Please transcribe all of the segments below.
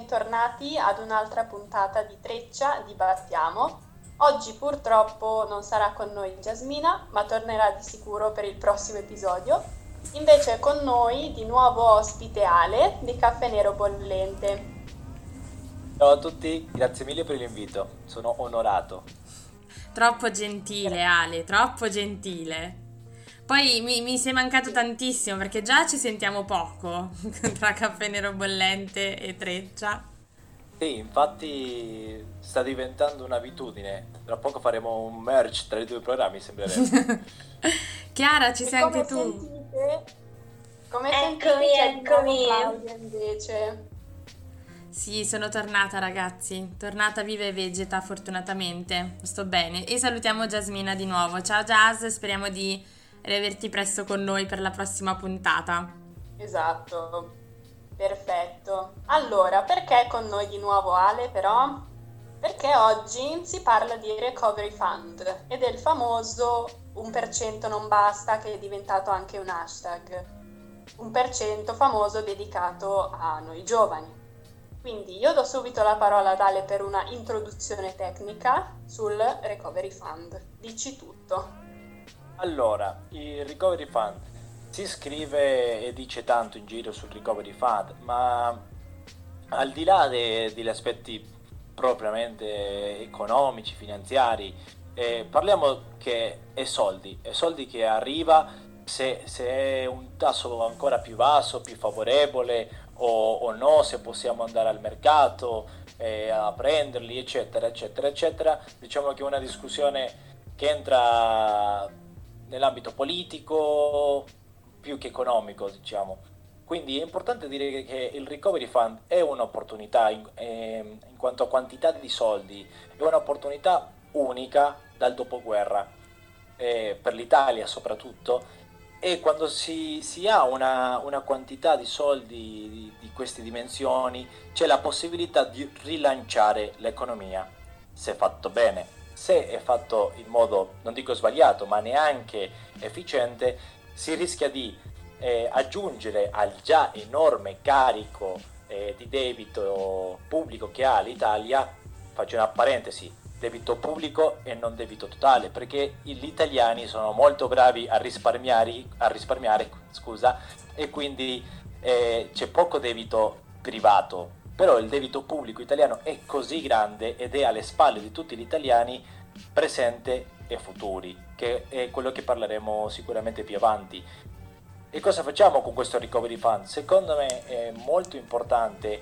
bentornati ad un'altra puntata di Treccia Dibattiamo. Oggi purtroppo non sarà con noi Jasmina, ma tornerà di sicuro per il prossimo episodio. Invece è con noi di nuovo ospite Ale di Caffè Nero Bollente. Ciao a tutti, grazie mille per l'invito, sono onorato. Troppo gentile Ale, troppo gentile. Poi mi sei mancato tantissimo perché già ci sentiamo poco tra Caffè Nero Bollente e Treccia. Sì, infatti sta diventando un'abitudine, tra poco faremo un merge tra i due programmi, sembrerebbe. Chiara, ci E sei come anche tu? sentite? Come Eccomi, sentite c'è di nuovo eccomi. Claudia invece. Sì, sono tornata ragazzi, tornata viva e vegeta fortunatamente, sto bene. E salutiamo Jasmina di nuovo. Ciao Jas, speriamo di riaverti presto con noi per la prossima puntata. Esatto, perfetto. Allora, perché con noi di nuovo Ale però? Perché oggi si parla di Recovery Fund e del famoso 1% non basta, che è diventato anche un hashtag. 1% famoso dedicato a noi giovani. Quindi io do subito la parola ad Ale per una introduzione tecnica sul Recovery Fund. Dici tutto. Allora, il Recovery Fund si scrive e dice tanto in giro sul Recovery Fund, ma al di là degli aspetti propriamente economici, finanziari, parliamo che è soldi che arriva se è un tasso ancora più basso, più favorevole o no, se possiamo andare al mercato a prenderli, eccetera, eccetera, eccetera. Diciamo che è una discussione che entra nell'ambito politico più che economico, diciamo. Quindi è importante dire che il Recovery Fund è un'opportunità in quanto a quantità di soldi, è un'opportunità unica dal dopoguerra, per l'Italia soprattutto, e quando si ha una quantità di soldi di queste dimensioni c'è la possibilità di rilanciare l'economia, se fatto bene. Se è fatto in modo, non dico sbagliato, ma neanche efficiente, si rischia di aggiungere al già enorme carico di debito pubblico che ha l'Italia. Faccio una parentesi: debito pubblico e non debito totale, perché gli italiani sono molto bravi a risparmiare, scusa, e quindi c'è poco debito privato. Però il debito pubblico italiano è così grande ed è alle spalle di tutti gli italiani, presente e futuri, che è quello che parleremo sicuramente più avanti. E cosa facciamo con questo Recovery Fund? Secondo me è molto importante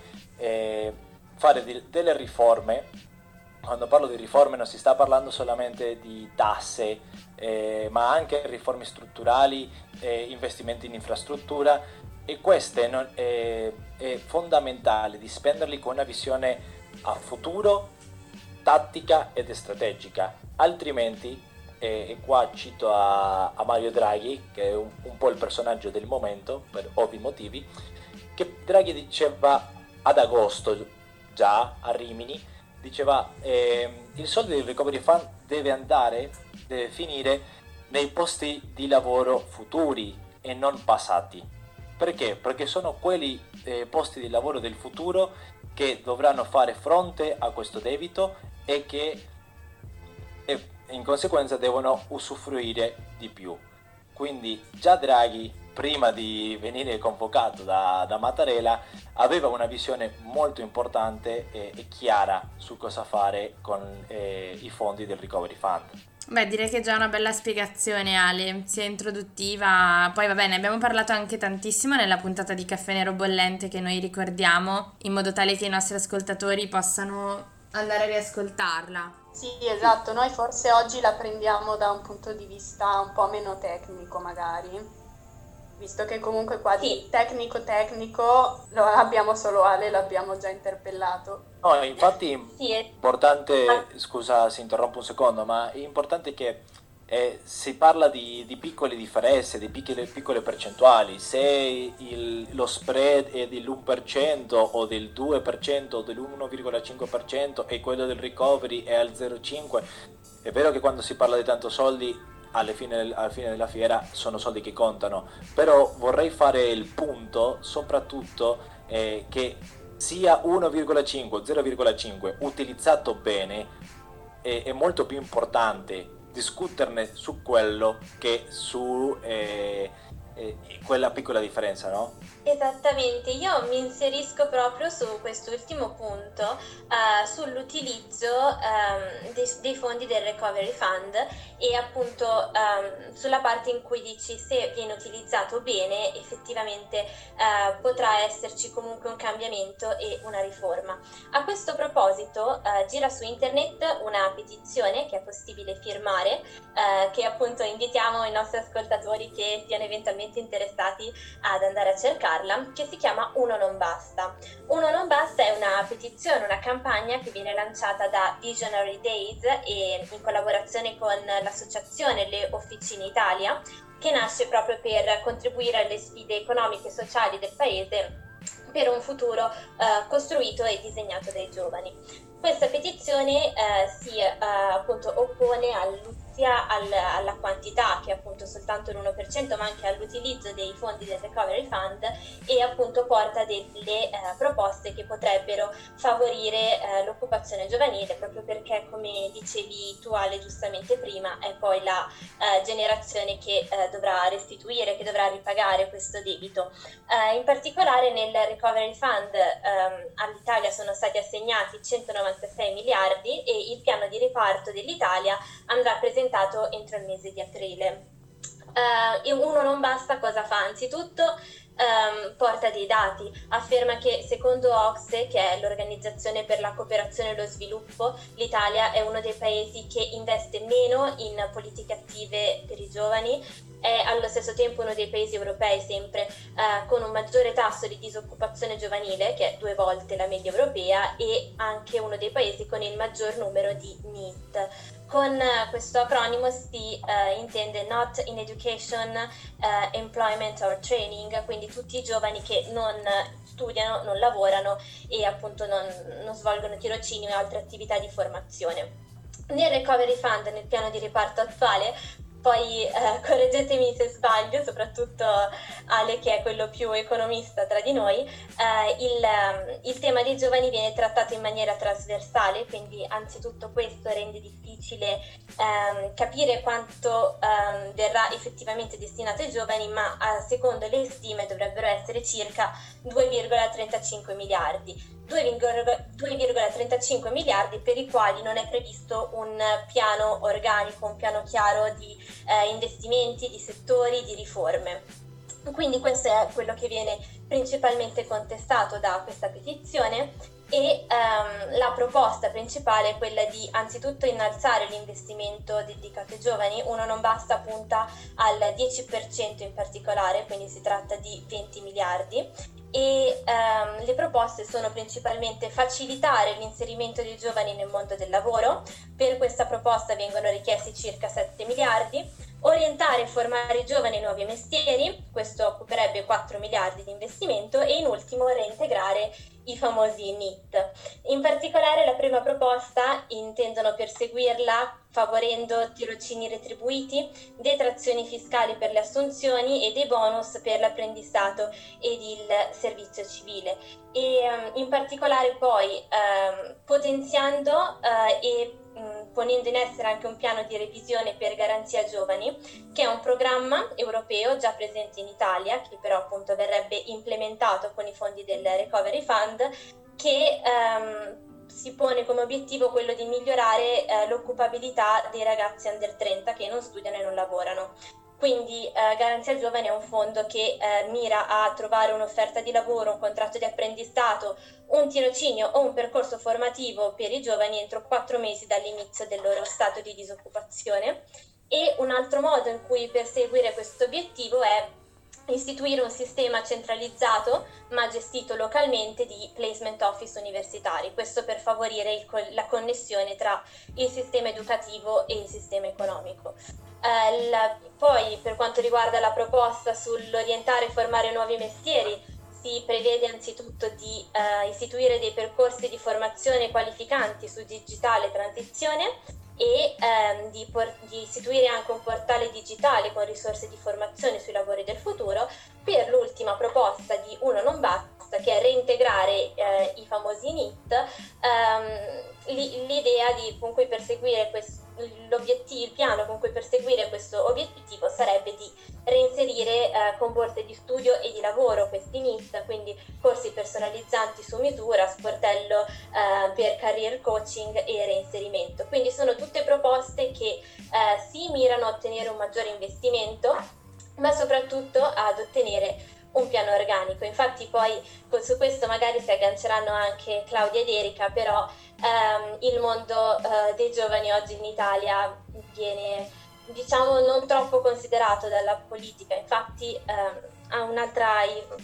fare delle riforme. Quando parlo di riforme non si sta parlando solamente di tasse, ma anche riforme strutturali, investimenti in infrastruttura, e queste è fondamentale di spenderli con una visione a futuro, tattica ed strategica. Altrimenti, e qua cito a Mario Draghi, che è un po' il personaggio del momento per ovvi motivi, che Draghi diceva ad agosto, già a Rimini, diceva il soldo del Recovery Fund deve finire nei posti di lavoro futuri e non passati. Perché? Perché sono quelli posti di lavoro del futuro che dovranno fare fronte a questo debito e che in conseguenza devono usufruire di più. Quindi già Draghi, prima di venire convocato da Mattarella, aveva una visione molto importante e chiara su cosa fare con i fondi del Recovery Fund. Beh, direi che è già una bella spiegazione, Ale, sia introduttiva. Poi va bene, abbiamo parlato anche tantissimo nella puntata di Caffè Nero Bollente, che noi ricordiamo, in modo tale che i nostri ascoltatori possano andare a riascoltarla. Sì, esatto, noi forse oggi la prendiamo da un punto di vista un po' meno tecnico magari, visto che comunque qua di Sì. tecnico lo abbiamo solo Ale, l'abbiamo già interpellato. No, infatti Sì, è importante, scusa se interrompo un secondo, ma è importante che si parla di piccole differenze, di piccole percentuali. Se lo spread è dell'1% o del 2% o dell'1,5% e quello del recovery è al 0,5%, è vero che quando si parla di tanto soldi alla fine della fiera sono soldi che contano, però vorrei fare il punto soprattutto che sia 1,5 o 0,5 utilizzato bene è molto più importante discuterne su quello che su quella piccola differenza, no? Esattamente, io mi inserisco proprio su quest'ultimo punto, sull'utilizzo dei fondi del Recovery Fund e appunto sulla parte in cui dici se viene utilizzato bene effettivamente potrà esserci comunque un cambiamento e una riforma. A questo proposito gira su internet una petizione che è possibile firmare, che appunto invitiamo i nostri ascoltatori che siano eventualmente interessati ad andare a cercare, che si chiama Uno non basta. Uno non basta è una petizione, una campagna che viene lanciata da Visionary Days e in collaborazione con l'associazione Le Officine Italia, che nasce proprio per contribuire alle sfide economiche e sociali del paese per un futuro costruito e disegnato dai giovani. Questa petizione si appunto oppone sia alla quantità, che è appunto soltanto l'1%, ma anche all'utilizzo dei fondi del Recovery Fund, e appunto porta delle proposte che potrebbero favorire l'occupazione giovanile, proprio perché, come dicevi tu Ale giustamente prima, è poi la generazione che dovrà restituire, che dovrà ripagare questo debito. In particolare nel Recovery Fund all'Italia sono stati assegnati 196 miliardi e il piano di riparto dell'Italia andrà presentato entro il mese di aprile. Uno non basta, cosa fa? Anzitutto porta dei dati, afferma che secondo OCSE, che è l'Organizzazione per la Cooperazione e lo Sviluppo, l'Italia è uno dei paesi che investe meno in politiche attive per i giovani, è allo stesso tempo uno dei paesi europei sempre con un maggiore tasso di disoccupazione giovanile, che è 2 volte la media europea, e anche uno dei paesi con il maggior numero di NEET. Con questo acronimo si intende Not in Education, Employment or Training, quindi tutti i giovani che non studiano, non lavorano e appunto non svolgono tirocini o altre attività di formazione. Nel Recovery Fund, nel piano di riparto attuale, poi correggetemi se sbaglio, soprattutto Ale che è quello più economista tra di noi, il tema dei giovani viene trattato in maniera trasversale, quindi anzitutto questo rende difficile capire quanto verrà effettivamente destinato ai giovani, ma secondo le stime dovrebbero essere circa 2,35 miliardi. 2,35 miliardi per i quali non è previsto un piano organico, un piano chiaro di investimenti, di settori, di riforme. Quindi questo è quello che viene principalmente contestato da questa petizione e la proposta principale è quella di anzitutto innalzare l'investimento dedicato ai giovani. Uno non basta, punta al 10% in particolare, quindi si tratta di 20 miliardi. E le proposte sono principalmente facilitare l'inserimento dei giovani nel mondo del lavoro. Per questa proposta vengono richiesti circa 7 miliardi, orientare e formare i giovani ai nuovi mestieri, questo occuperebbe 4 miliardi di investimento, e in ultimo reintegrare i famosi NEET. In particolare la prima proposta intendono perseguirla favorendo tirocini retribuiti, detrazioni fiscali per le assunzioni e dei bonus per l'apprendistato ed il servizio civile, e in particolare poi potenziando e ponendo in essere anche un piano di revisione per Garanzia Giovani, che è un programma europeo già presente in Italia, che però appunto verrebbe implementato con i fondi del Recovery Fund, che si pone come obiettivo quello di migliorare l'occupabilità dei ragazzi under 30 che non studiano e non lavorano. Quindi Garanzia Giovani è un fondo che mira a trovare un'offerta di lavoro, un contratto di apprendistato, un tirocinio o un percorso formativo per i giovani entro 4 mesi dall'inizio del loro stato di disoccupazione. E un altro modo in cui perseguire questo obiettivo è istituire un sistema centralizzato ma gestito localmente di placement office universitari, questo per favorire la connessione tra il sistema educativo e il sistema economico. Poi per quanto riguarda la proposta sull'orientare e formare nuovi mestieri, si prevede anzitutto di istituire dei percorsi di formazione qualificanti su digitale transizione e di istituire anche un portale digitale con risorse di formazione sui lavori del futuro. Per l'ultima proposta di Uno non basta, proposta, che è reintegrare i famosi NEET, l'idea con cui perseguire il piano con cui perseguire questo obiettivo sarebbe di reinserire con borse di studio e di lavoro questi NEET, quindi corsi personalizzanti su misura, sportello per career coaching e reinserimento. Quindi sono tutte proposte che si mirano a ottenere un maggiore investimento, ma soprattutto ad ottenere un piano organico. Infatti poi su questo magari si agganceranno anche Claudia ed Erika, però il mondo dei giovani oggi in Italia viene, diciamo, non troppo considerato dalla politica. Infatti un'altra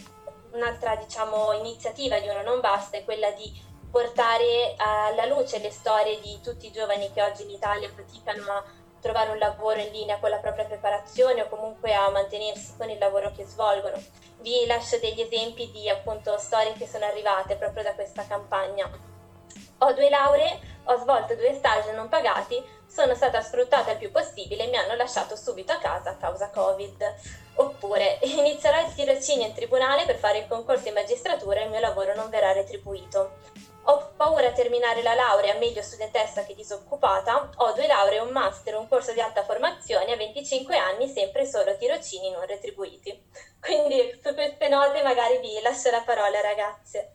diciamo iniziativa di Uno Non Basta è quella di portare alla luce le storie di tutti i giovani che oggi in Italia faticano a trovare un lavoro in linea con la propria preparazione o comunque a mantenersi con il lavoro che svolgono. Vi lascio degli esempi di appunto storie che sono arrivate proprio da questa campagna. Ho 2 lauree, ho svolto 2 stage non pagati, sono stata sfruttata il più possibile e mi hanno lasciato subito a casa a causa Covid. Oppure inizierò il tirocinio in tribunale per fare il concorso in magistratura e il mio lavoro non verrà retribuito. Ho paura a terminare la laurea, meglio studentessa che disoccupata. Ho 2 lauree, un master, un corso di alta formazione, a 25 anni sempre solo tirocini non retribuiti. Quindi su queste note magari vi lascio la parola, ragazze.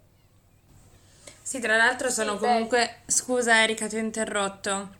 Sì, tra l'altro sono comunque... Scusa Erika, ti ho interrotto.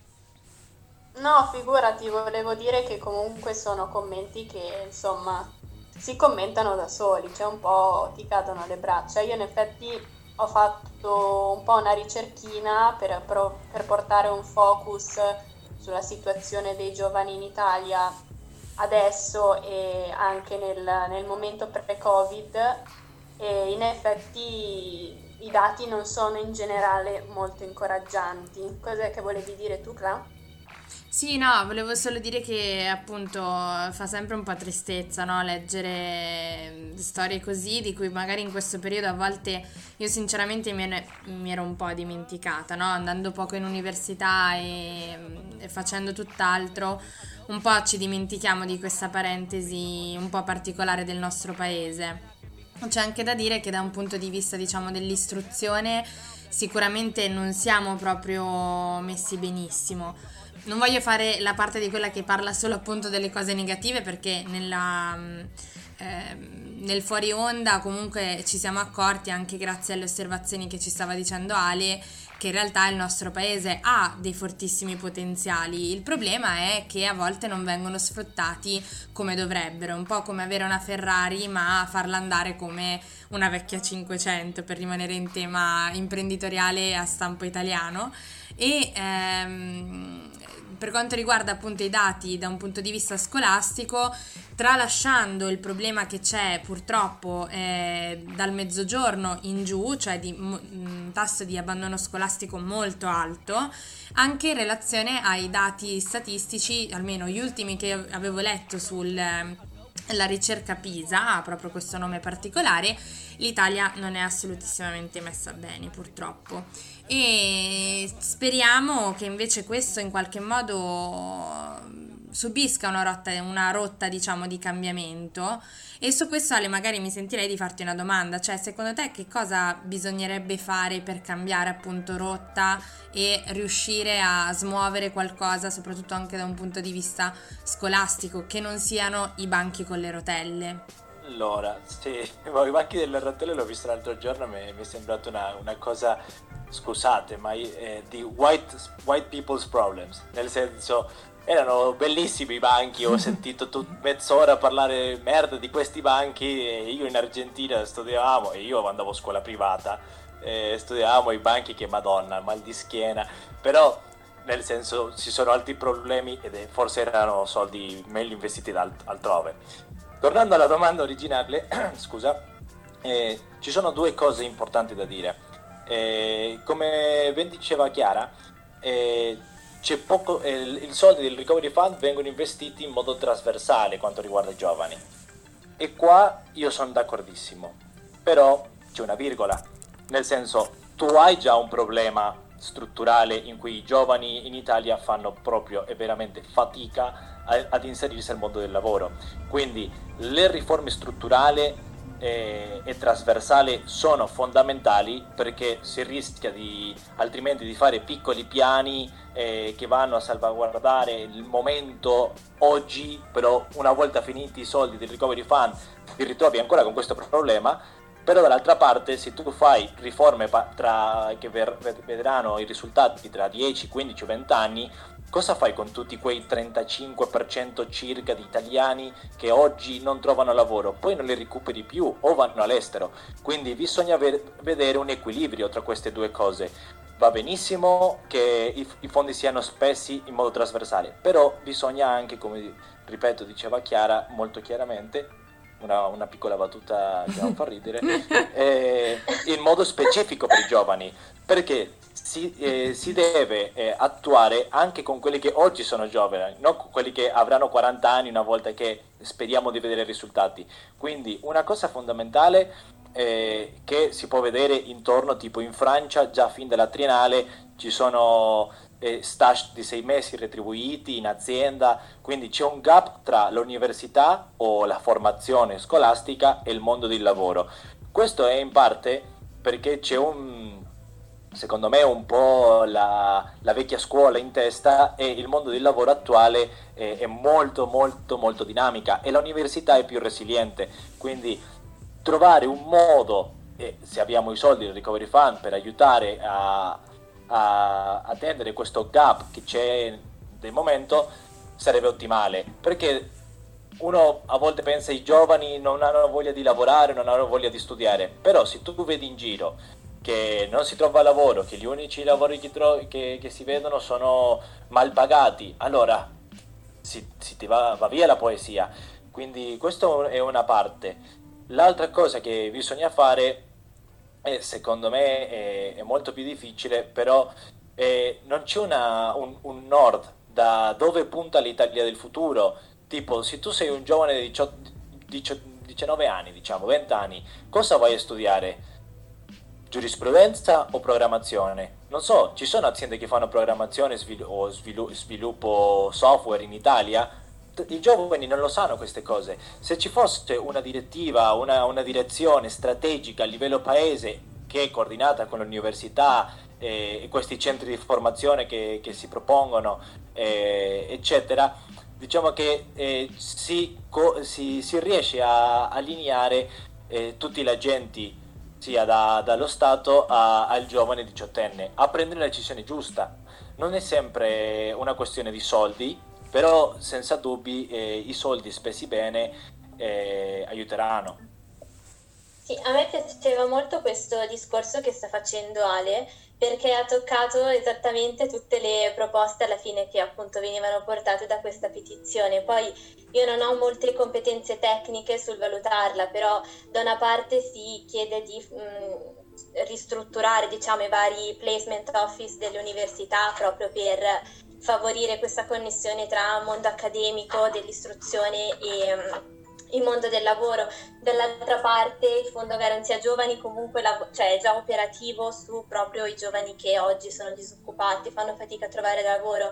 No, figurati, volevo dire che comunque sono commenti che, insomma, si commentano da soli, cioè un po' ti cadono le braccia. Io in effetti ho fatto un po' una ricerchina per portare un focus sulla situazione dei giovani in Italia adesso e anche nel momento pre-Covid, e in effetti i dati non sono in generale molto incoraggianti. Cos'è che volevi dire tu, Cla? Sì, no, volevo solo dire che appunto fa sempre un po' tristezza, no? Leggere storie così, di cui magari in questo periodo a volte io sinceramente mi ero un po' dimenticata, no? Andando poco in università e facendo tutt'altro, un po' ci dimentichiamo di questa parentesi un po' particolare del nostro paese. C'è anche da dire che da un punto di vista, diciamo, dell'istruzione sicuramente non siamo proprio messi benissimo. Non voglio fare la parte di quella che parla solo appunto delle cose negative, perché nel fuori onda comunque ci siamo accorti, anche grazie alle osservazioni che ci stava dicendo Ale, che in realtà il nostro paese ha dei fortissimi potenziali. Il problema è che a volte non vengono sfruttati come dovrebbero, un po' come avere una Ferrari ma farla andare come una vecchia 500, per rimanere in tema imprenditoriale a stampo italiano. E per quanto riguarda appunto i dati da un punto di vista scolastico, tralasciando il problema che c'è purtroppo dal mezzogiorno in giù, cioè di tasso di abbandono scolastico molto alto, anche in relazione ai dati statistici, almeno gli ultimi che avevo letto la ricerca PISA, ha proprio questo nome particolare, l'Italia non è assolutissimamente messa bene purtroppo, e speriamo che invece questo in qualche modo subisca una rotta diciamo di cambiamento. E su questo, Ale, magari mi sentirei di farti una domanda, cioè secondo te che cosa bisognerebbe fare per cambiare appunto rotta e riuscire a smuovere qualcosa, soprattutto anche da un punto di vista scolastico, che non siano i banchi con le rotelle? Allora, sì, i banchi delle rotelle l'ho visto l'altro giorno, mi è sembrata una cosa, scusate, ma di white people's problems, nel senso, erano bellissimi i banchi, ho sentito mezz'ora parlare merda di questi banchi, e io in Argentina studiavamo, e io andavo a scuola privata, studiavamo i banchi che madonna, mal di schiena, però nel senso ci sono altri problemi ed forse erano soldi meglio investiti altrove. Tornando alla domanda originale, scusa, ci sono 2 cose importanti da dire. Come ben diceva Chiara, c'è poco, i soldi del Recovery Fund vengono investiti in modo trasversale quanto riguarda i giovani, e qua io sono d'accordissimo, però c'è una virgola, nel senso, tu hai già un problema strutturale in cui i giovani in Italia fanno proprio e veramente fatica ad inserirsi al mondo del lavoro, quindi le riforme strutturali e trasversale sono fondamentali, perché si rischia altrimenti di fare piccoli piani che vanno a salvaguardare il momento oggi, però una volta finiti i soldi del Recovery Fund ti ritrovi ancora con questo problema. Però dall'altra parte, se tu fai riforme che vedranno i risultati tra 10, 15 o 20 anni, cosa fai con tutti quei 35% circa di italiani che oggi non trovano lavoro? Poi non li recuperi più o vanno all'estero. Quindi bisogna vedere un equilibrio tra queste due cose. Va benissimo che i fondi siano spesi in modo trasversale, però bisogna anche, come ripeto, diceva Chiara molto chiaramente, una piccola battuta che non fa ridere, in modo specifico per i giovani, perché si deve attuare anche con quelli che oggi sono giovani, non con quelli che avranno 40 anni una volta che speriamo di vedere risultati. Quindi una cosa fondamentale che si può vedere intorno, tipo in Francia già fin dalla triennale ci sono stage di 6 mesi retribuiti in azienda, quindi c'è un gap tra l'università o la formazione scolastica e il mondo del lavoro. Questo è in parte perché c'è secondo me un po' la vecchia scuola in testa, e il mondo del lavoro attuale è molto molto molto dinamica e l'università è più resiliente. Quindi trovare un modo, se abbiamo i soldi del Recovery Fund, per aiutare a attendere questo gap che c'è del momento sarebbe ottimale, perché uno a volte pensa i giovani non hanno voglia di lavorare, non hanno voglia di studiare, però se tu vedi in giro che non si trova lavoro, che gli unici lavori che si vedono sono mal pagati, allora ti va via la poesia. Quindi questo è una parte. L'altra cosa che bisogna fare, secondo me è molto più difficile, però non c'è un nord da dove punta l'Italia del futuro. Tipo, se tu sei un giovane di 19 anni, diciamo 20 anni, cosa vai a studiare? Giurisprudenza o programmazione? Non so, ci sono aziende che fanno programmazione o sviluppo software in Italia? I giovani non lo sanno queste cose. Se ci fosse una direttiva, una direzione strategica a livello paese, che è coordinata con l'università e questi centri di formazione che si propongono, eccetera, diciamo che si riesce a allineare tutti gli agenti, sia dallo Stato al giovane diciottenne, a prendere la decisione giusta. Non è sempre una questione di soldi, però senza dubbi i soldi spesi bene aiuteranno. Sì, a me piaceva molto questo discorso che sta facendo Ale, perché ha toccato esattamente tutte le proposte alla fine che appunto venivano portate da questa petizione. Poi io non ho molte competenze tecniche sul valutarla, però da una parte si chiede di ristrutturare, diciamo, i vari placement office delle università proprio per favorire questa connessione tra mondo accademico dell'istruzione e il mondo del lavoro. Dall'altra parte il Fondo Garanzia Giovani comunque è già operativo su proprio i giovani che oggi sono disoccupati, fanno fatica a trovare lavoro.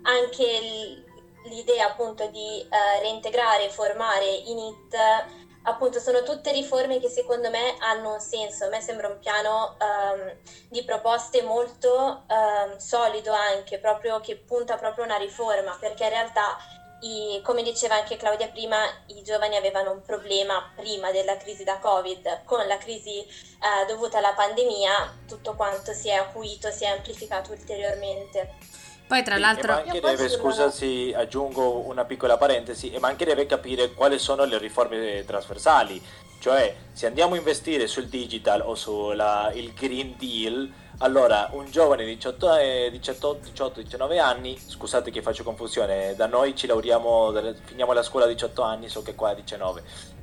Anche l'idea appunto di reintegrare e formare i NEET, appunto sono tutte riforme che secondo me hanno un senso. A me sembra un piano di proposte molto solido, anche proprio che punta proprio a una riforma, perché in realtà come diceva anche Claudia prima, i giovani avevano un problema prima della crisi da Covid. Con la crisi dovuta alla pandemia tutto quanto si è acuito, si è amplificato ulteriormente. Poi tra l'altro scusasi, aggiungo una piccola parentesi, ma anche deve capire quali sono le riforme trasversali. Cioè, se andiamo a investire sul digital o il Green Deal, allora un giovane di 18-19 anni, scusate che faccio confusione, da noi ci laureamo, finiamo la scuola a 18 anni, so che qua a 19,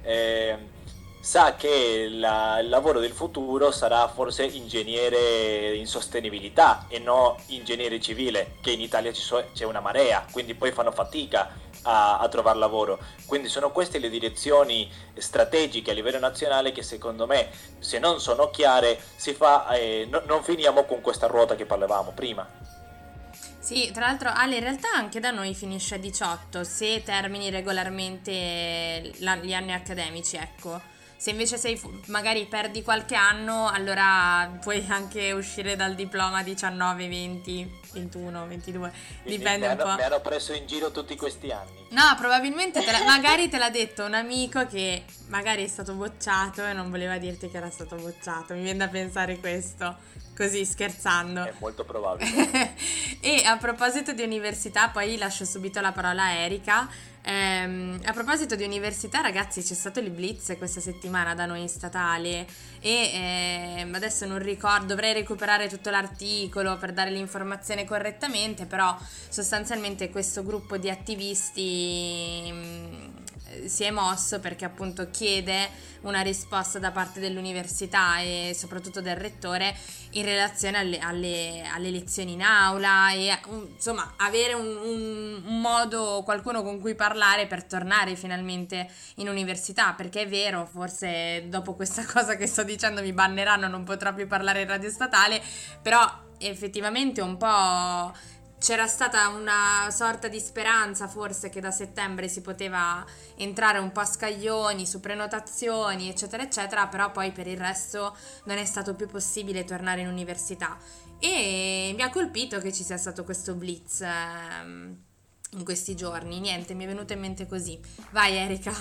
sa che il lavoro del futuro sarà forse ingegnere in sostenibilità e non ingegnere civile, che in Italia c'è una marea, quindi poi fanno fatica a trovare lavoro. Quindi sono queste le direzioni strategiche a livello nazionale che secondo me, se non sono chiare, non finiamo con questa ruota che parlavamo prima. Sì, tra l'altro Ale, in realtà anche da noi finisce a 18 se termini regolarmente gli anni accademici, ecco. Se invece magari perdi qualche anno, allora puoi anche uscire dal diploma 19, 20, 21, 22, Quindi dipende un po'. Mi hanno preso in giro tutti questi anni. No, probabilmente magari te l'ha detto un amico che magari è stato bocciato e non voleva dirti che era stato bocciato. Mi viene da pensare questo, così scherzando. È molto probabile. E a proposito di università, poi lascio subito la parola a Erika. A proposito di università, ragazzi, c'è stato il Blitz questa settimana da noi in statale e adesso non ricordo, dovrei recuperare tutto l'articolo per dare l'informazione correttamente, però sostanzialmente questo gruppo di attivisti si è mosso perché appunto chiede una risposta da parte dell'università e soprattutto del rettore in relazione alle lezioni in aula e insomma avere un modo, qualcuno con cui parlare per tornare finalmente in università, perché è vero, forse dopo questa cosa che sto dicendo mi banneranno, non potrò più parlare in radio statale, però effettivamente un po' c'era stata una sorta di speranza forse che da settembre si poteva entrare un po' a scaglioni su prenotazioni eccetera eccetera, però poi per il resto non è stato più possibile tornare in università e mi ha colpito che ci sia stato questo blitz in questi giorni. Niente, mi è venuto in mente così. Vai Erika.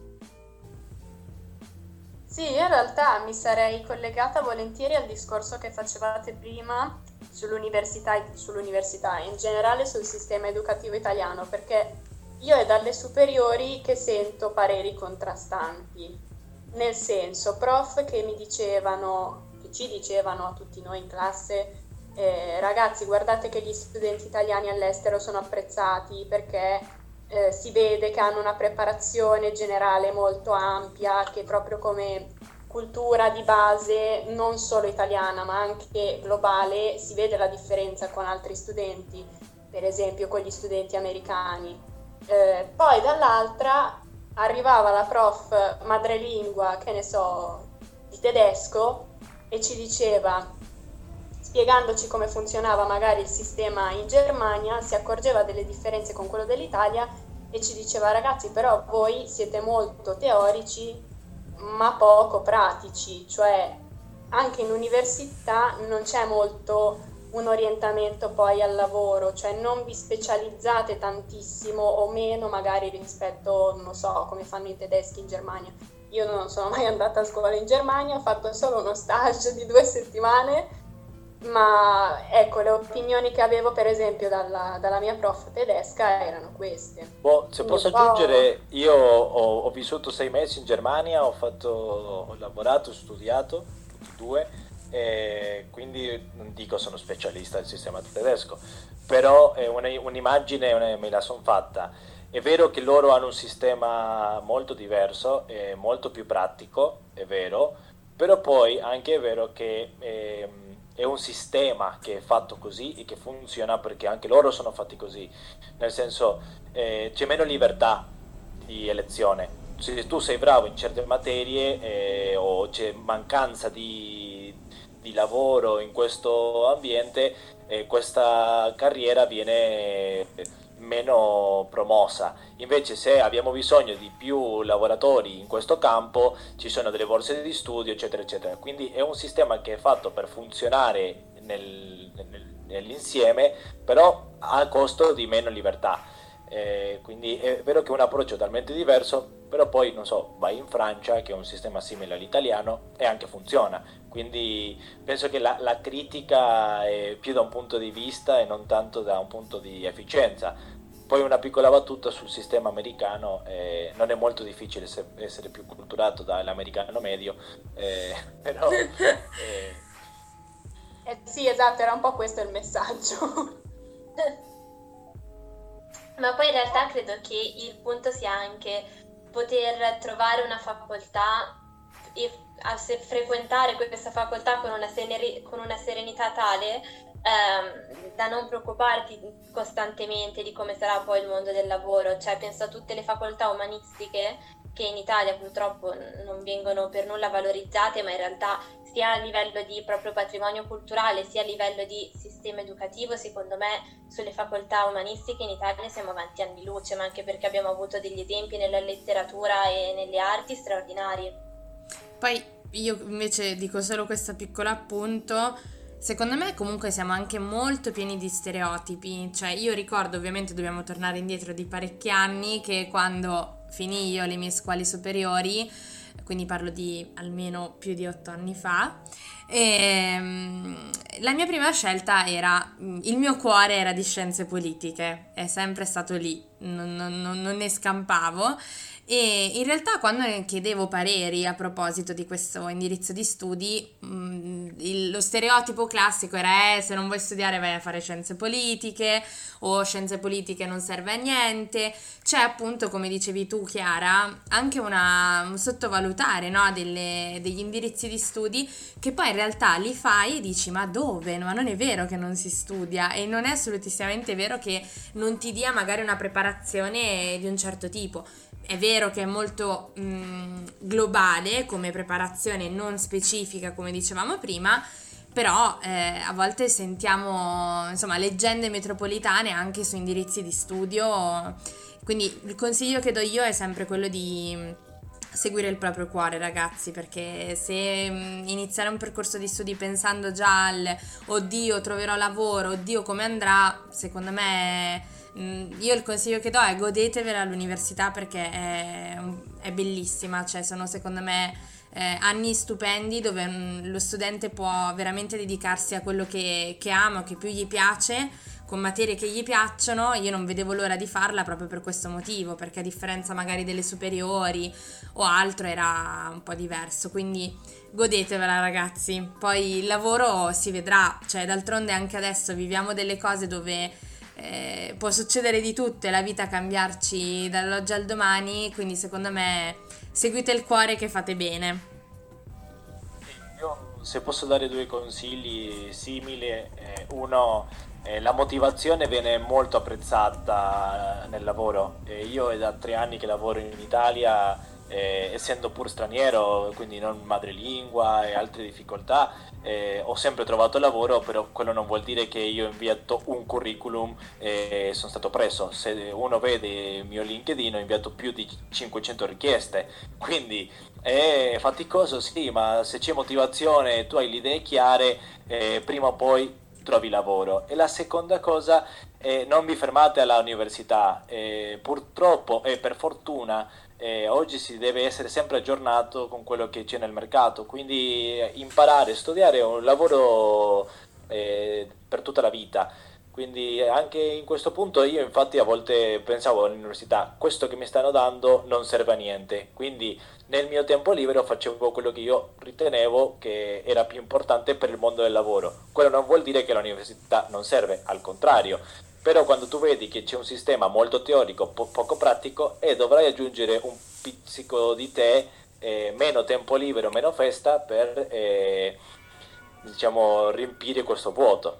Sì, in realtà mi sarei collegata volentieri al discorso che facevate prima sull'università, in generale sul sistema educativo italiano, perché io è dalle superiori che sento pareri contrastanti, nel senso prof che ci dicevano a tutti noi in classe ragazzi guardate che gli studenti italiani all'estero sono apprezzati perché si vede che hanno una preparazione generale molto ampia, che proprio come cultura di base non solo italiana ma anche globale si vede la differenza con altri studenti, per esempio con gli studenti americani. Poi dall'altra arrivava la prof madrelingua, che ne so, di tedesco e ci diceva, spiegandoci come funzionava magari il sistema in Germania, si accorgeva delle differenze con quello dell'Italia e ci diceva ragazzi però voi siete molto teorici ma poco pratici, cioè anche in università non c'è molto un orientamento poi al lavoro, cioè non vi specializzate tantissimo o meno magari rispetto, non so, come fanno i tedeschi in Germania. Io non sono mai andata a scuola in Germania, ho fatto solo uno stage di 2 settimane, ma ecco, le opinioni che avevo per esempio dalla mia prof tedesca erano queste. Se posso aggiungere, io ho vissuto 6 mesi in Germania, ho lavorato, ho studiato, tutti e 2, e quindi non dico sono specialista del sistema tedesco, però un'immagine me la sono fatta. È vero che loro hanno un sistema molto diverso, molto più pratico, è vero, però poi anche è vero che è un sistema che è fatto così e che funziona perché anche loro sono fatti così, nel senso c'è meno libertà di elezione. Se tu sei bravo in certe materie o c'è mancanza di lavoro in questo ambiente, questa carriera viene meno promossa. Invece se abbiamo bisogno di più lavoratori in questo campo ci sono delle borse di studio eccetera eccetera, quindi è un sistema che è fatto per funzionare nell'insieme, però a costo di meno libertà, quindi è vero che è un approccio talmente diverso, però poi non so, vai in Francia che è un sistema simile all'italiano e anche funziona, quindi penso che la critica è più da un punto di vista e non tanto da un punto di efficienza. Poi una piccola battuta sul sistema americano, non è molto difficile essere più culturato dall'americano medio, però... sì, esatto, era un po' questo il messaggio. Ma poi in realtà credo che il punto sia anche poter trovare una facoltà e frequentare questa facoltà con una serenità tale da non preoccuparti costantemente di come sarà poi il mondo del lavoro. Cioè penso a tutte le facoltà umanistiche che in Italia purtroppo non vengono per nulla valorizzate, ma in realtà sia a livello di proprio patrimonio culturale sia a livello di sistema educativo, secondo me sulle facoltà umanistiche in Italia siamo avanti anni luce, ma anche perché abbiamo avuto degli esempi nella letteratura e nelle arti straordinari. Poi io invece dico solo questo piccolo appunto. Secondo me comunque siamo anche molto pieni di stereotipi, cioè io ricordo, ovviamente dobbiamo tornare indietro di parecchi anni, che quando finii io le mie scuole superiori, quindi parlo di almeno più di 8 anni fa, la mia prima scelta era, il mio cuore era di scienze politiche, è sempre stato lì, non ne scampavo. E in realtà quando chiedevo pareri a proposito di questo indirizzo di studi, lo stereotipo classico era se non vuoi studiare vai a fare scienze politiche, o scienze politiche non serve a niente. C'è appunto, come dicevi tu Chiara, anche un sottovalutare, no, degli indirizzi di studi che poi in realtà li fai e dici ma dove? Ma non è vero che non si studia, e non è assolutissimamente vero che non ti dia magari una preparazione di un certo tipo. È vero che è molto globale come preparazione, non specifica come dicevamo prima, però a volte sentiamo insomma leggende metropolitane anche su indirizzi di studio, quindi il consiglio che do io è sempre quello di seguire il proprio cuore, ragazzi, perché se iniziare un percorso di studi pensando già al oddio troverò lavoro, oddio come andrà, secondo me io il consiglio che do è godetevela l'università, perché è bellissima, cioè sono secondo me anni stupendi dove lo studente può veramente dedicarsi a quello che ama, che più gli piace, con materie che gli piacciono. Io non vedevo l'ora di farla proprio per questo motivo, perché a differenza magari delle superiori o altro era un po' diverso, quindi godetevela ragazzi, poi il lavoro si vedrà, cioè d'altronde anche adesso viviamo delle cose dove può succedere di tutto e la vita cambiarci dall'oggi al domani, quindi secondo me seguite il cuore che fate bene. Io se posso dare due consigli simili, uno, la motivazione viene molto apprezzata nel lavoro. Io è da 3 anni che lavoro in Italia, essendo pur straniero, quindi non madrelingua e altre difficoltà, ho sempre trovato lavoro, però quello non vuol dire che io ho inviato un curriculum e sono stato preso. Se uno vede il mio LinkedIn ho inviato più di 500 richieste, quindi è faticoso sì, ma se c'è motivazione e tu hai le idee chiare, prima o poi trovi lavoro. E la seconda cosa, non vi fermate alla università, purtroppo e per fortuna oggi si deve essere sempre aggiornato con quello che c'è nel mercato, quindi imparare, studiare è un lavoro per tutta la vita. Quindi anche in questo punto io infatti a volte pensavo all'università, questo che mi stanno dando non serve a niente, quindi nel mio tempo libero facevo quello che io ritenevo che era più importante per il mondo del lavoro. Quello non vuol dire che l'università non serve, al contrario, però quando tu vedi che c'è un sistema molto teorico, poco pratico, e dovrai aggiungere un pizzico di te, meno tempo libero, meno festa per diciamo riempire questo vuoto.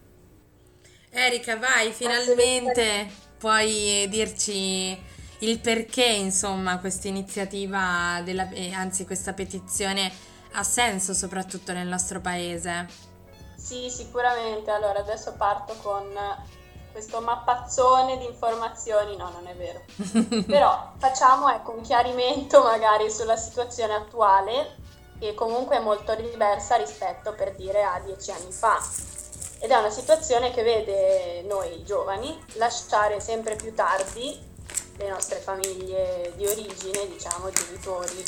Erika, vai, finalmente puoi dirci il perché, insomma, questa iniziativa, anzi questa petizione ha senso soprattutto nel nostro paese. Sì, sicuramente. Allora, adesso parto con questo mappazzone di informazioni. No, non è vero. Però facciamo un chiarimento magari sulla situazione attuale, che comunque è molto diversa rispetto, per dire, a 10 anni fa. Ed è una situazione che vede noi giovani lasciare sempre più tardi le nostre famiglie di origine, diciamo, genitori.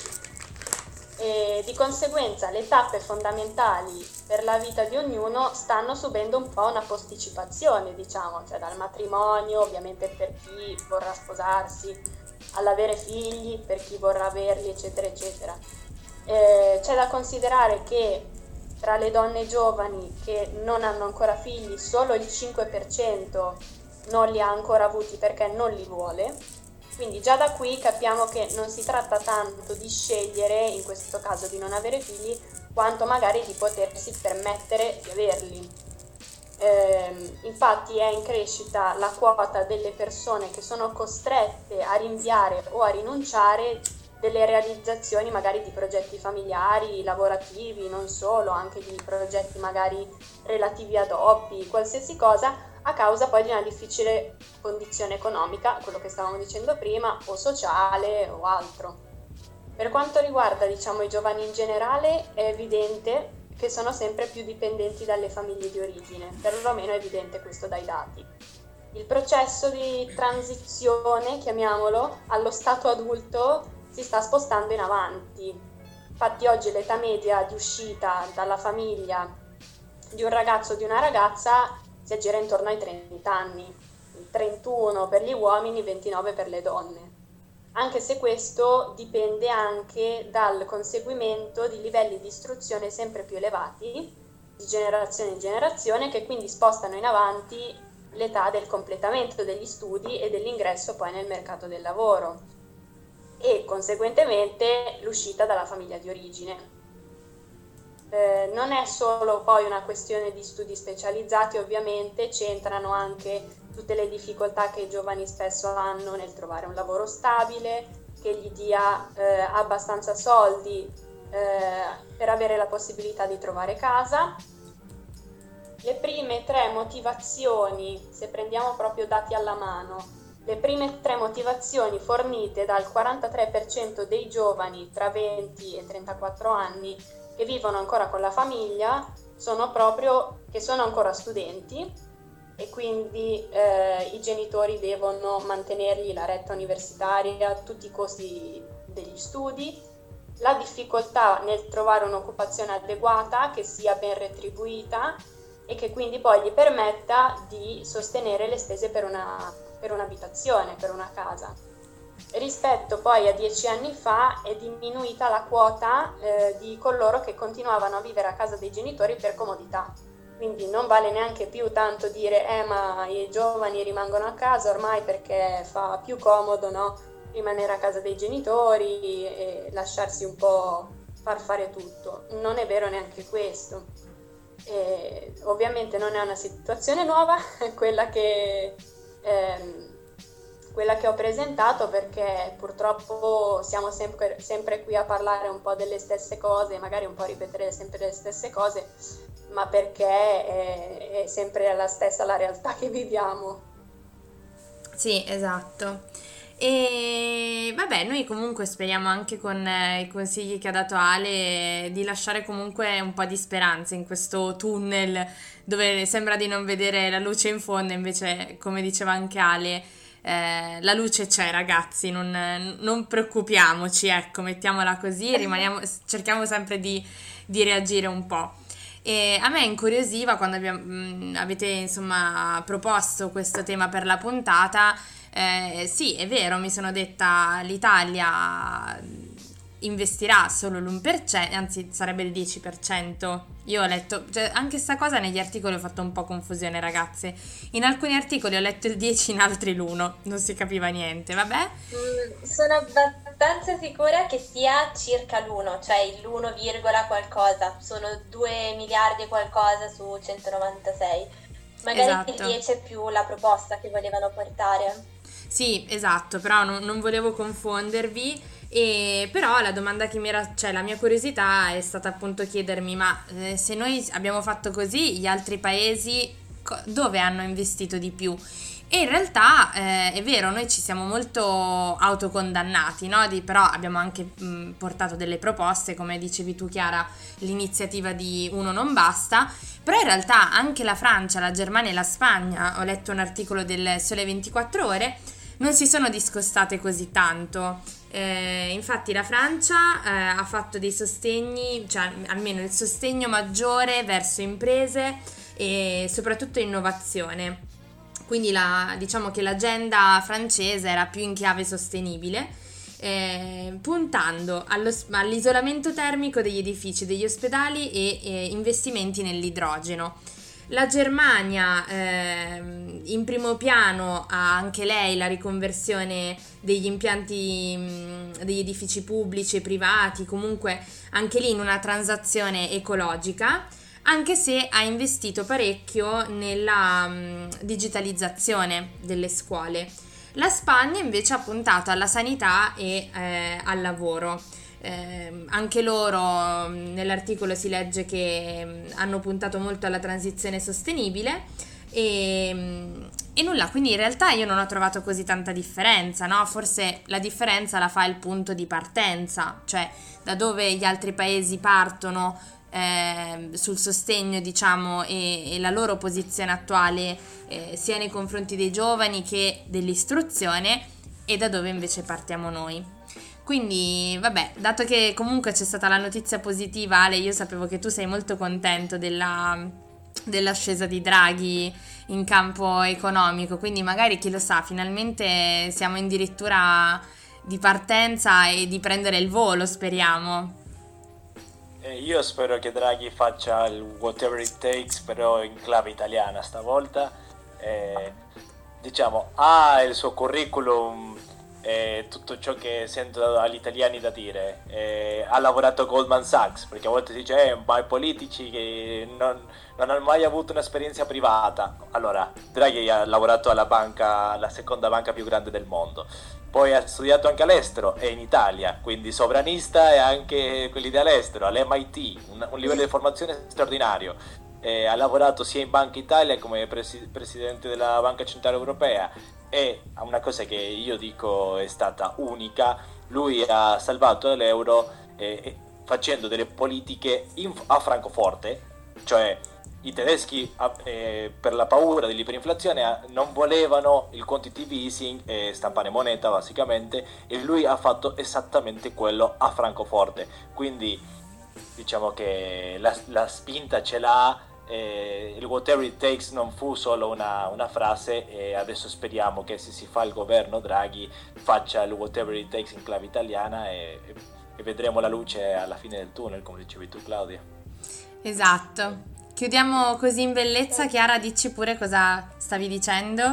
E di conseguenza le tappe fondamentali per la vita di ognuno stanno subendo un po' una posticipazione, diciamo, cioè dal matrimonio, ovviamente per chi vorrà sposarsi, all'avere figli, per chi vorrà averli, eccetera, eccetera. C'è da considerare che tra le donne giovani che non hanno ancora figli, solo il 5% non li ha ancora avuti perché non li vuole. Quindi già da qui capiamo che non si tratta tanto di scegliere, in questo caso di non avere figli, quanto magari di potersi permettere di averli. Infatti è in crescita la quota delle persone che sono costrette a rinviare o a rinunciare delle realizzazioni magari di progetti familiari, lavorativi, non solo, anche di progetti magari relativi ad hobby, qualsiasi cosa, a causa poi di una difficile condizione economica, quello che stavamo dicendo prima, o sociale o altro. Per quanto riguarda, diciamo, i giovani in generale, è evidente che sono sempre più dipendenti dalle famiglie di origine, perlomeno è evidente questo dai dati. Il processo di transizione, chiamiamolo, allo stato adulto si sta spostando in avanti. Infatti oggi l'età media di uscita dalla famiglia di un ragazzo o di una ragazza si aggira intorno ai 30 anni, 31 per gli uomini, 29 per le donne. Anche se questo dipende anche dal conseguimento di livelli di istruzione sempre più elevati, di generazione in generazione, che quindi spostano in avanti l'età del completamento degli studi e dell'ingresso poi nel mercato del lavoro e conseguentemente l'uscita dalla famiglia di origine. Non è solo poi una questione di studi specializzati, ovviamente c'entrano anche tutte le difficoltà che i giovani spesso hanno nel trovare un lavoro stabile, che gli dia abbastanza soldi per avere la possibilità di trovare casa. Le prime 3 motivazioni, se prendiamo proprio dati alla mano, le prime 3 motivazioni fornite dal 43% dei giovani tra 20 e 34 anni che vivono ancora con la famiglia sono proprio che sono ancora studenti e quindi i genitori devono mantenergli la retta universitaria a tutti i costi degli studi, la difficoltà nel trovare un'occupazione adeguata che sia ben retribuita e che quindi poi gli permetta di sostenere le spese per un'abitazione, per una casa. Rispetto poi a 10 anni fa è diminuita la quota di coloro che continuavano a vivere a casa dei genitori per comodità. Quindi non vale neanche più tanto dire ma i giovani rimangono a casa ormai perché fa più comodo, no? Rimanere a casa dei genitori e lasciarsi un po' far fare tutto. Non è vero neanche questo. Ovviamente non è una situazione nuova quella che ho presentato, perché purtroppo siamo sempre qui a parlare un po' delle stesse cose, magari un po' ripetere sempre le stesse cose, ma perché è sempre la stessa la realtà che viviamo. Sì, esatto. E vabbè, noi comunque speriamo anche con i consigli che ha dato Ale di lasciare comunque un po' di speranza in questo tunnel dove sembra di non vedere la luce in fondo, invece come diceva anche Ale, la luce c'è, ragazzi, non preoccupiamoci, ecco, mettiamola così, cerchiamo sempre di reagire un po'. E a me incuriosiva quando avete insomma proposto questo tema per la puntata. Sì, è vero, mi sono detta l'Italia investirà solo l'1%, anzi sarebbe il 10%. Io ho letto, cioè, anche sta cosa negli articoli ho fatto un po' confusione, ragazze. In alcuni articoli ho letto il 10, in altri l'1, non si capiva niente, vabbè. Sono abbastanza sicura che sia circa l'1, cioè l'1, qualcosa, sono 2 miliardi e qualcosa su 196. Magari esatto. Il 10 è più la proposta che volevano portare. Sì, esatto, però non volevo confondervi. E però la domanda che la mia curiosità è stata appunto chiedermi, ma se noi abbiamo fatto così, gli altri paesi dove hanno investito di più? E in realtà è vero, noi ci siamo molto autocondannati, no? Però abbiamo anche portato delle proposte, come dicevi tu Chiara, l'iniziativa di Uno non basta, però in realtà anche la Francia, la Germania e la Spagna, ho letto un articolo del Sole 24 Ore, non si sono discostate così tanto. Infatti la Francia ha fatto dei sostegni, cioè almeno il sostegno maggiore verso imprese e soprattutto innovazione. Quindi diciamo che l'agenda francese era più in chiave sostenibile, puntando all'isolamento termico degli edifici, degli ospedali e investimenti nell'idrogeno. La Germania in primo piano ha anche lei la riconversione degli impianti degli edifici pubblici e privati, comunque anche lì in una transazione ecologica, anche se ha investito parecchio nella digitalizzazione delle scuole. La Spagna invece ha puntato alla sanità e al lavoro. Anche loro nell'articolo si legge che hanno puntato molto alla transizione sostenibile, E nulla, quindi in realtà io non ho trovato così tanta differenza, no? Forse la differenza la fa il punto di partenza, cioè da dove gli altri paesi partono sul sostegno, diciamo, e la loro posizione attuale sia nei confronti dei giovani che dell'istruzione, e da dove invece partiamo noi. Quindi vabbè, dato che comunque c'è stata la notizia positiva, Ale, io sapevo che tu sei molto contento dell'ascesa di Draghi in campo economico, quindi magari chi lo sa, finalmente siamo addirittura di partenza e di prendere il volo, speriamo. Io spero che Draghi faccia il whatever it takes, però in clave italiana stavolta. Diciamo, ha il suo curriculum, tutto ciò che sento agli italiani da dire. Ha lavorato a Goldman Sachs, perché a volte si dice ma i politici che non hanno mai avuto un'esperienza privata. Allora, Draghi ha lavorato alla banca, la seconda banca più grande del mondo. Poi ha studiato anche all'estero e in Italia, quindi sovranista e anche quelli dall'estero, all'MIT, un livello di formazione straordinario. Ha lavorato sia in Banca Italia come presidente della Banca Centrale Europea, e una cosa che io dico è stata unica: lui ha salvato l'euro facendo delle politiche a Francoforte, cioè i tedeschi per la paura dell'iperinflazione non volevano il quantitative easing, stampare moneta basicamente, e lui ha fatto esattamente quello a Francoforte. Quindi diciamo che la spinta ce l'ha. Il whatever it takes non fu solo una frase, e adesso speriamo che se si fa il governo Draghi faccia il whatever it takes in clave italiana, e vedremo la luce alla fine del tunnel, come dicevi tu, Claudia. Esatto. Chiudiamo così in bellezza. Chiara, dici pure cosa stavi dicendo?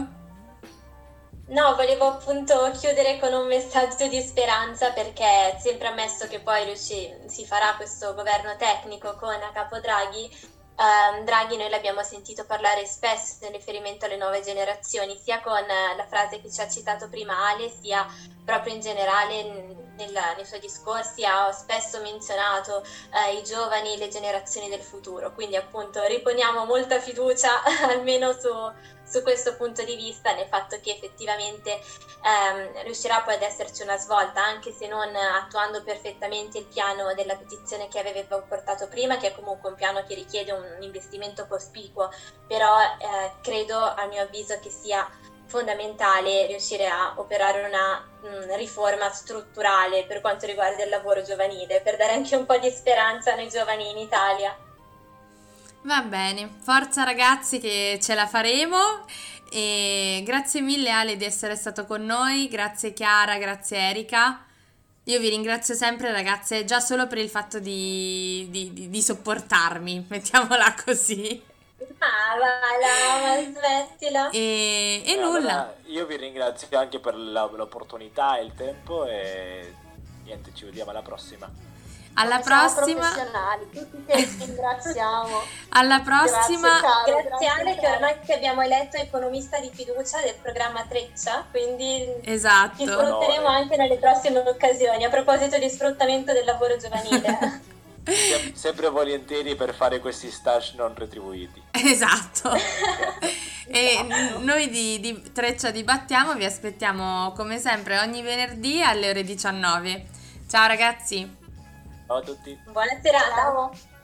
No, volevo appunto chiudere con un messaggio di speranza, perché sempre ammesso che poi si farà questo governo tecnico con a capo Draghi. Draghi noi l'abbiamo sentito parlare spesso in riferimento alle nuove generazioni, sia con la frase che ci ha citato prima Ale, sia proprio in generale nei suoi discorsi ha spesso menzionato i giovani, le generazioni del futuro. Quindi appunto riponiamo molta fiducia almeno su questo punto di vista, nel fatto che effettivamente riuscirà poi ad esserci una svolta, anche se non attuando perfettamente il piano della petizione che aveva portato prima, che è comunque un piano che richiede un investimento cospicuo, però credo, a mio avviso, che sia fondamentale riuscire a operare una riforma strutturale per quanto riguarda il lavoro giovanile, per dare anche un po' di speranza noi giovani in Italia. Va bene, forza ragazzi che ce la faremo, e grazie mille Ale di essere stato con noi, grazie Chiara, grazie Erika. Io vi ringrazio sempre ragazze, già solo per il fatto di sopportarmi, mettiamola così. Ma smettila. E Allora, nulla. io vi ringrazio anche per l'opportunità e il tempo, e niente, ci vediamo alla prossima. Alla Siamo prossima. professionali, tutti che ringraziamo. Alla prossima. Grazie Ale, che ormai ti abbiamo eletto economista di fiducia del programma Treccia, quindi Esatto. ti sfrutteremo anche nelle prossime occasioni. A proposito di sfruttamento del lavoro giovanile. Sempre volentieri per fare questi stage non retribuiti. Esatto. E noi di Treccia Dibattiamo vi aspettiamo come sempre ogni venerdì alle ore 19. Ciao ragazzi. Ciao a tutti. Buona serata. Ciao.